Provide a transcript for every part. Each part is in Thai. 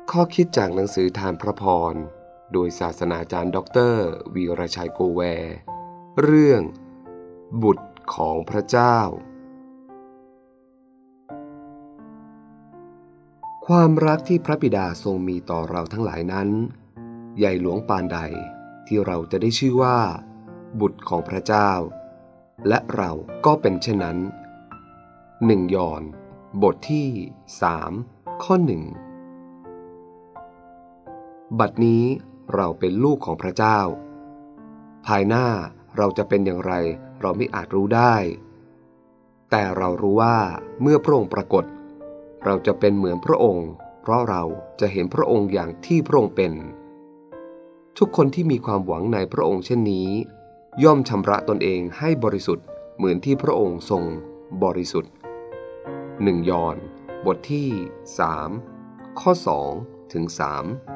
ข้อคิดจากหนังสือทานพระพรโดยศาสนาจารย์ดร.วีรชัยโกแวร์เรื่องบุตรของพระเจ้าความรักที่พระบิดาทรงมีต่อเราทั้งหลายนั้นใหญ่หลวงปานใดที่เราจะได้ชื่อว่าบุตรของพระเจ้าและเราก็เป็นเช่นนั้น1 ยอห์นบทที่3ข้อ1บัดนี้เราเป็นลูกของพระเจ้าภายหน้าเราจะเป็นอย่างไรเราไม่อาจรู้ได้แต่เรารู้ว่าเมื่อพระองค์ปรากฏเราจะเป็นเหมือนพระองค์เพราะเราจะเห็นพระองค์อย่างที่พระองค์เป็นทุกคนที่มีความหวังในพระองค์เช่นนี้ย่อมชำระตนเองให้บริสุทธิ์เหมือนที่พระองค์ทรงบริสุทธิ์1 ยอห์นบทที่3ข้อ2ถึง3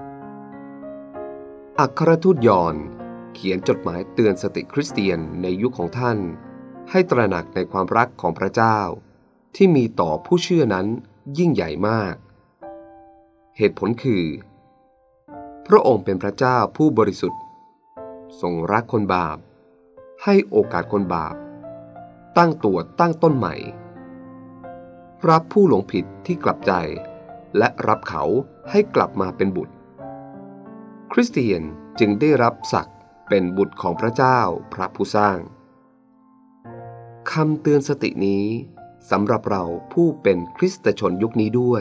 อัครทูตยอห์นเขียนจดหมายเตือนสติคริสเตียนในยุคของท่านให้ตระหนักในความรักของพระเจ้าที่มีต่อผู้เชื่อนั้นยิ่งใหญ่มากเหตุผลคือพระองค์เป็นพระเจ้าผู้บริสุทธิ์ทรงรักคนบาปให้โอกาสคนบาปตั้งตัวตั้งต้นใหม่รับผู้หลงผิดที่กลับใจและรับเขาให้กลับมาเป็นบุตรคริสเตียนจึงได้รับศักดิ์เป็นบุตรของพระเจ้าพระผู้สร้างคำเตือนสตินี้สำหรับเราผู้เป็นคริสตชนยุคนี้ด้วย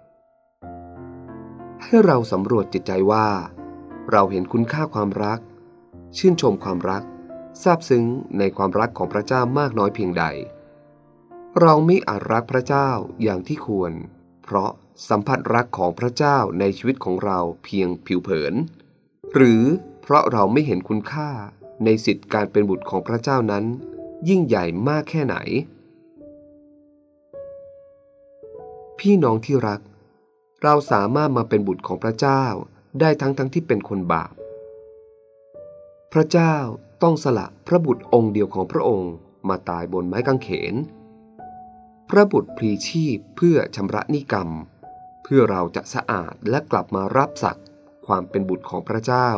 ให้เราสำรวจจิตใจว่าเราเห็นคุณค่าความรักชื่นชมความรักซาบซึ้งในความรักของพระเจ้ามากน้อยเพียงใดเราไม่อาจรักพระเจ้าอย่างที่ควรเพราะสัมผัสรักของพระเจ้าในชีวิตของเราเพียงผิวเผินหรือเพราะเราไม่เห็นคุณค่าในสิทธิการเป็นบุตรของพระเจ้านั้นยิ่งใหญ่มากแค่ไหนพี่น้องที่รักเราสามารถมาเป็นบุตรของพระเจ้าได้ทั้งที่เป็นคนบาปพระเจ้าต้องสละพระบุตรองค์เดียวของพระองค์มาตายบนไม้กางเขนพระบุตรพลีชีพเพื่อชำระหนี้กรรมเพื่อเราจะสะอาดและกลับมารับศักดิ์ความเป็นบุตรของพระเจ้า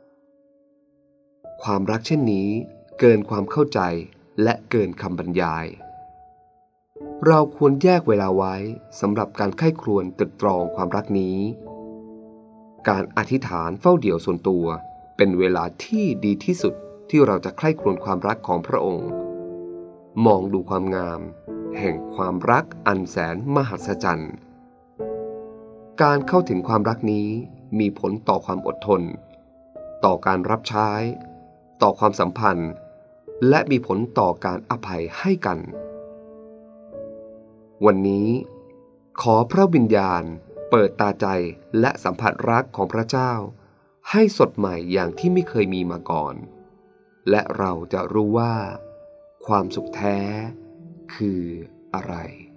ความรักเช่นนี้เกินความเข้าใจและเกินคำบรรยายเราควรแยกเวลาไว้สำหรับการใคร่ครวญตรึกตรองความรักนี้การอธิษฐานเฝ้าเดี่ยวส่วนตัวเป็นเวลาที่ดีที่สุดที่เราจะใคร่ครวญความรักของพระองค์มองดูความงามแห่งความรักอันแสนมหัศจรรย์การเข้าถึงความรักนี้มีผลต่อความอดทนต่อการรับใช้ต่อความสัมพันธ์และมีผลต่อการอภัยให้กันวันนี้ขอพระวิญญาณเปิดตาใจและสัมผัสรักของพระเจ้าให้สดใหม่อย่างที่ไม่เคยมีมาก่อนและเราจะรู้ว่าความสุขแท้คืออะไร